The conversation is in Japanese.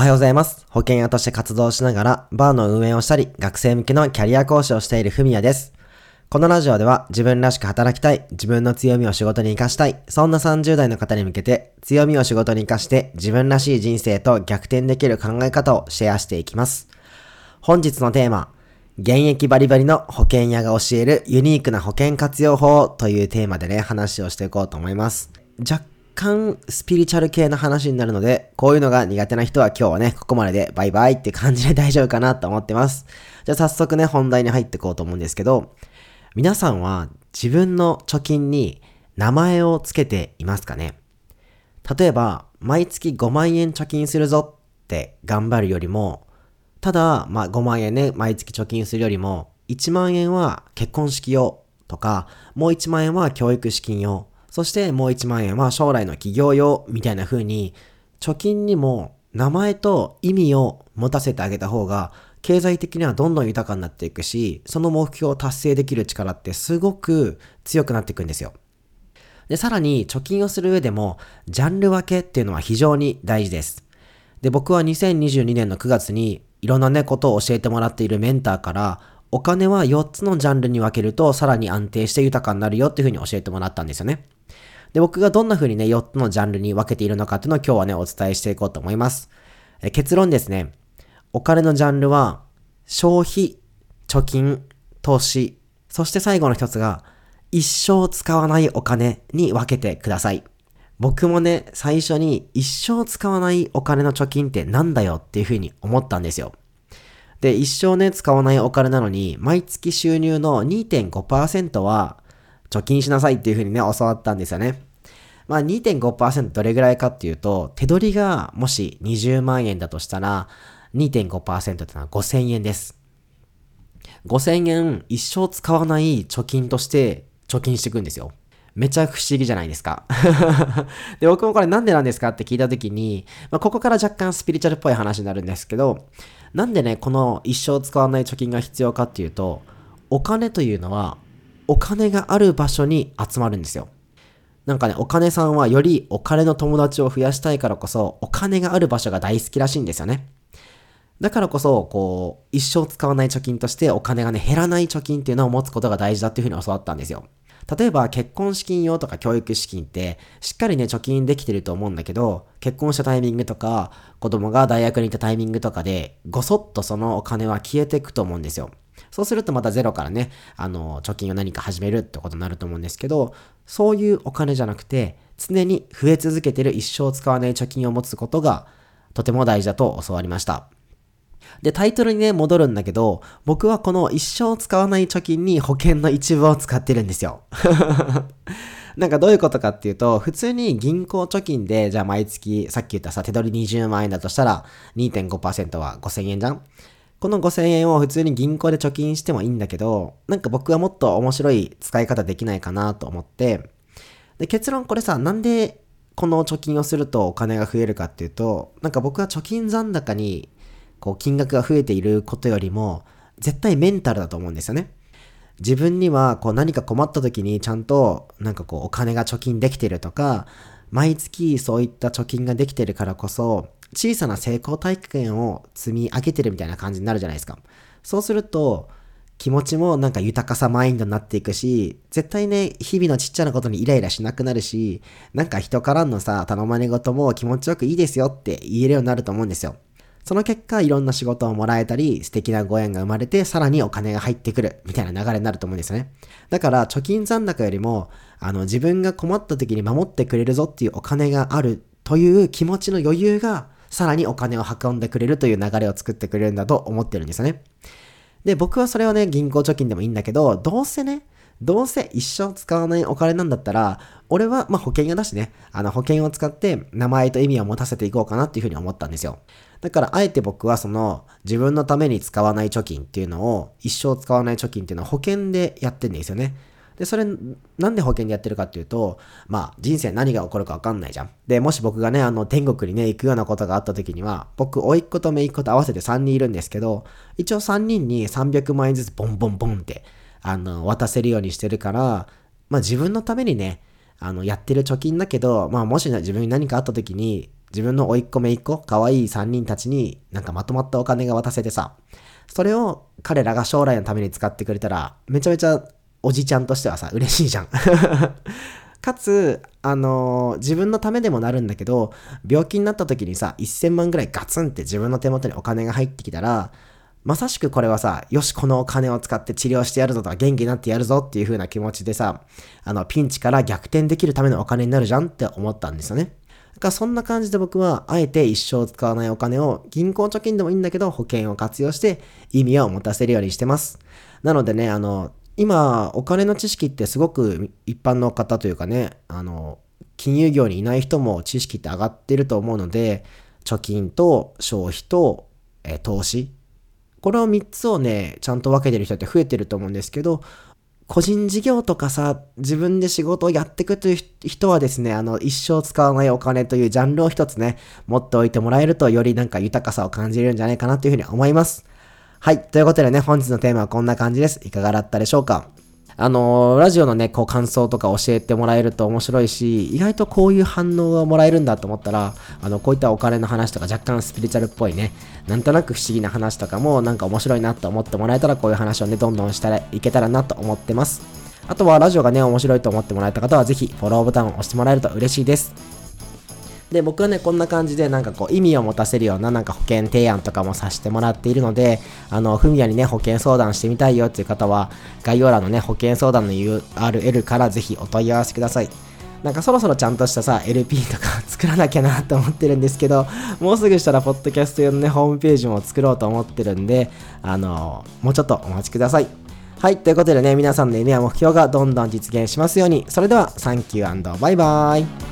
はようございます。保険屋として活動しながら、バーの運営をしたり、学生向けのキャリア講師をしているふみやです。このラジオでは、自分らしく働きたい、自分の強みを仕事に活かしたい、そんな30代の方に向けて、強みを仕事に活かして、自分らしい人生と逆転できる考え方をシェアしていきます。本日のテーマ、現役バリバリの保険屋が教えるユニークな保険活用法というテーマでね、話をしていこうと思います。若干スピリチュアル系の話になるので、こういうのが苦手な人は今日はね、ここまででバイバイって感じで大丈夫かなと思ってます。じゃあ早速ね、本題に入っていこうと思うんですけど、皆さんは自分の貯金に名前をつけていますかね？例えば、毎月5万円貯金するぞって頑張るよりも、ただ、5万円ね、毎月貯金するよりも、1万円は結婚式用とか、もう1万円は教育資金用、そしてもう1万円は将来の企業用みたいな風に、貯金にも名前と意味を持たせてあげた方が、経済的にはどんどん豊かになっていくし、その目標を達成できる力ってすごく強くなっていくんですよ。で、さらに貯金をする上でも、ジャンル分けっていうのは非常に大事です。で、僕は2022年の9月にいろんなね、ことを教えてもらっているメンターから、お金は4つのジャンルに分けるとさらに安定して豊かになるよっていうふうに教えてもらったんですよね。で、僕がどんな風にね、4つのジャンルに分けているのかっていうのを今日はね、お伝えしていこうと思います。結論ですね。お金のジャンルは、消費、貯金、投資、そして最後の一つが、一生使わないお金に分けてください。僕もね、最初に一生使わないお金の貯金ってなんだよっていう風に思ったんですよ。で、一生ね、使わないお金なのに、毎月収入の 2.5% は貯金しなさいっていう風にね、教わったんですよね。2.5% どれぐらいかっていうと、手取りがもし20万円だとしたら、2.5% ってのは5000円です。5000円一生使わない貯金として貯金していくんですよ。めちゃ不思議じゃないですか。で、僕もこれなんでなんですかって聞いたときに、ここから若干スピリチュアルっぽい話になるんですけど、なんでね、この一生使わない貯金が必要かっていうと、お金というのは、お金がある場所に集まるんですよ。なんかね、お金さんはよりお金の友達を増やしたいからこそ、お金がある場所が大好きらしいんですよね。だからこそ、一生使わない貯金としてお金がね、減らない貯金っていうのを持つことが大事だっていうふうに教わったんですよ。例えば、結婚資金用とか教育資金って、しっかりね、貯金できてると思うんだけど、結婚したタイミングとか、子供が大学に行ったタイミングとかで、ごそっとそのお金は消えていくと思うんですよ。そうするとまたゼロからね、貯金を何か始めるってことになると思うんですけど、そういうお金じゃなくて、常に増え続けてる一生使わない貯金を持つことが、とても大事だと教わりました。で、タイトルにね、戻るんだけど、僕はこの一生使わない貯金に保険の一部を使ってるんですよ。なんかどういうことかっていうと、普通に銀行貯金で、じゃあ毎月、さっき言ったさ、手取り20万円だとしたら、2.5% は5000円じゃん？この5000円を普通に銀行で貯金してもいいんだけど、なんか僕はもっと面白い使い方できないかなと思って、で、結論これさ、なんでこの貯金をするとお金が増えるかっていうと、なんか僕は貯金残高に金額が増えていることよりも、絶対メンタルだと思うんですよね。自分には何か困った時にちゃんとお金が貯金できてるとか、毎月そういった貯金ができてるからこそ、小さな成功体験を積み上げてるみたいな感じになるじゃないですか。そうすると、気持ちも豊かさマインドになっていくし、絶対ね、日々のちっちゃなことにイライラしなくなるし、人からのさ、頼まれ事も気持ちよくいいですよって言えるようになると思うんですよ。その結果、いろんな仕事をもらえたり、素敵なご縁が生まれて、さらにお金が入ってくる、みたいな流れになると思うんですよね。だから、貯金残高よりも、自分が困った時に守ってくれるぞっていうお金があるという気持ちの余裕が、さらにお金を運んでくれるという流れを作ってくれるんだと思ってるんですよね。で、僕はそれはね、銀行貯金でもいいんだけど、どうせ一生使わないお金なんだったら、俺は保険屋だしね、保険を使って名前と意味を持たせていこうかなっていうふうに思ったんですよ。だからあえて僕は自分のために使わない貯金っていうのを、一生使わない貯金っていうのを保険でやってんですよね。で、それ、なんで保険でやってるかっていうと、人生何が起こるか分かんないじゃん。で、もし僕がね、天国にね、行くようなことがあった時には、僕、甥っ子と姪っ子と合わせて3人いるんですけど、一応3人に300万円ずつボンボンボンって、渡せるようにしてるから、自分のためにね、やってる貯金だけど、もし自分に何かあった時に、 自分の甥っ子姪っ子、可愛い3人たちになんかまとまったお金が渡せてさ、それを彼らが将来のために使ってくれたら、めちゃめちゃおじちゃんとしてはさ、嬉しいじゃん。かつ、自分のためでもなるんだけど、病気になった時にさ、1000万ぐらいガツンって自分の手元にお金が入ってきたら、まさしくこれはさ、よし、このお金を使って治療してやるぞとか、元気になってやるぞっていう風な気持ちでさ、ピンチから逆転できるためのお金になるじゃんって思ったんですよね。だからそんな感じで僕は、あえて一生使わないお金を、銀行貯金でもいいんだけど、保険を活用して意味を持たせるようにしてます。なのでね、今、お金の知識ってすごく一般の方というかね、金融業にいない人も知識って上がってると思うので、貯金と消費と、投資。これを3つをね、ちゃんと分けてる人って増えてると思うんですけど、個人事業とかさ、自分で仕事をやっていくという人はですね、一生使わないお金というジャンルを一つね、持っておいてもらえると、よりなんか豊かさを感じるんじゃないかなというふうに思います。はい。ということでね、本日のテーマはこんな感じです。いかがだったでしょうか？ラジオのね、感想とか教えてもらえると面白いし、意外とこういう反応がもらえるんだと思ったら、こういったお金の話とか若干スピリチュアルっぽいね、なんとなく不思議な話とかもなんか面白いなと思ってもらえたら、こういう話をね、どんどんしたらいけたらなと思ってます。あとはラジオがね、面白いと思ってもらえた方はぜひフォローボタンを押してもらえると嬉しいです。で、僕はね、こんな感じでなんか意味を持たせるようななんか保険提案とかもさせてもらっているので、ふみやにね、保険相談してみたいよっていう方は、概要欄のね、保険相談の URL からぜひお問い合わせください。なんかそろそろちゃんとしたさ、LP とか作らなきゃなと思ってるんですけど、もうすぐしたらポッドキャスト用のね、ホームページも作ろうと思ってるんで、もうちょっとお待ちください。はい、ということでね、皆さんの夢や目標がどんどん実現しますように。それでは、サンキュー&バイバイ。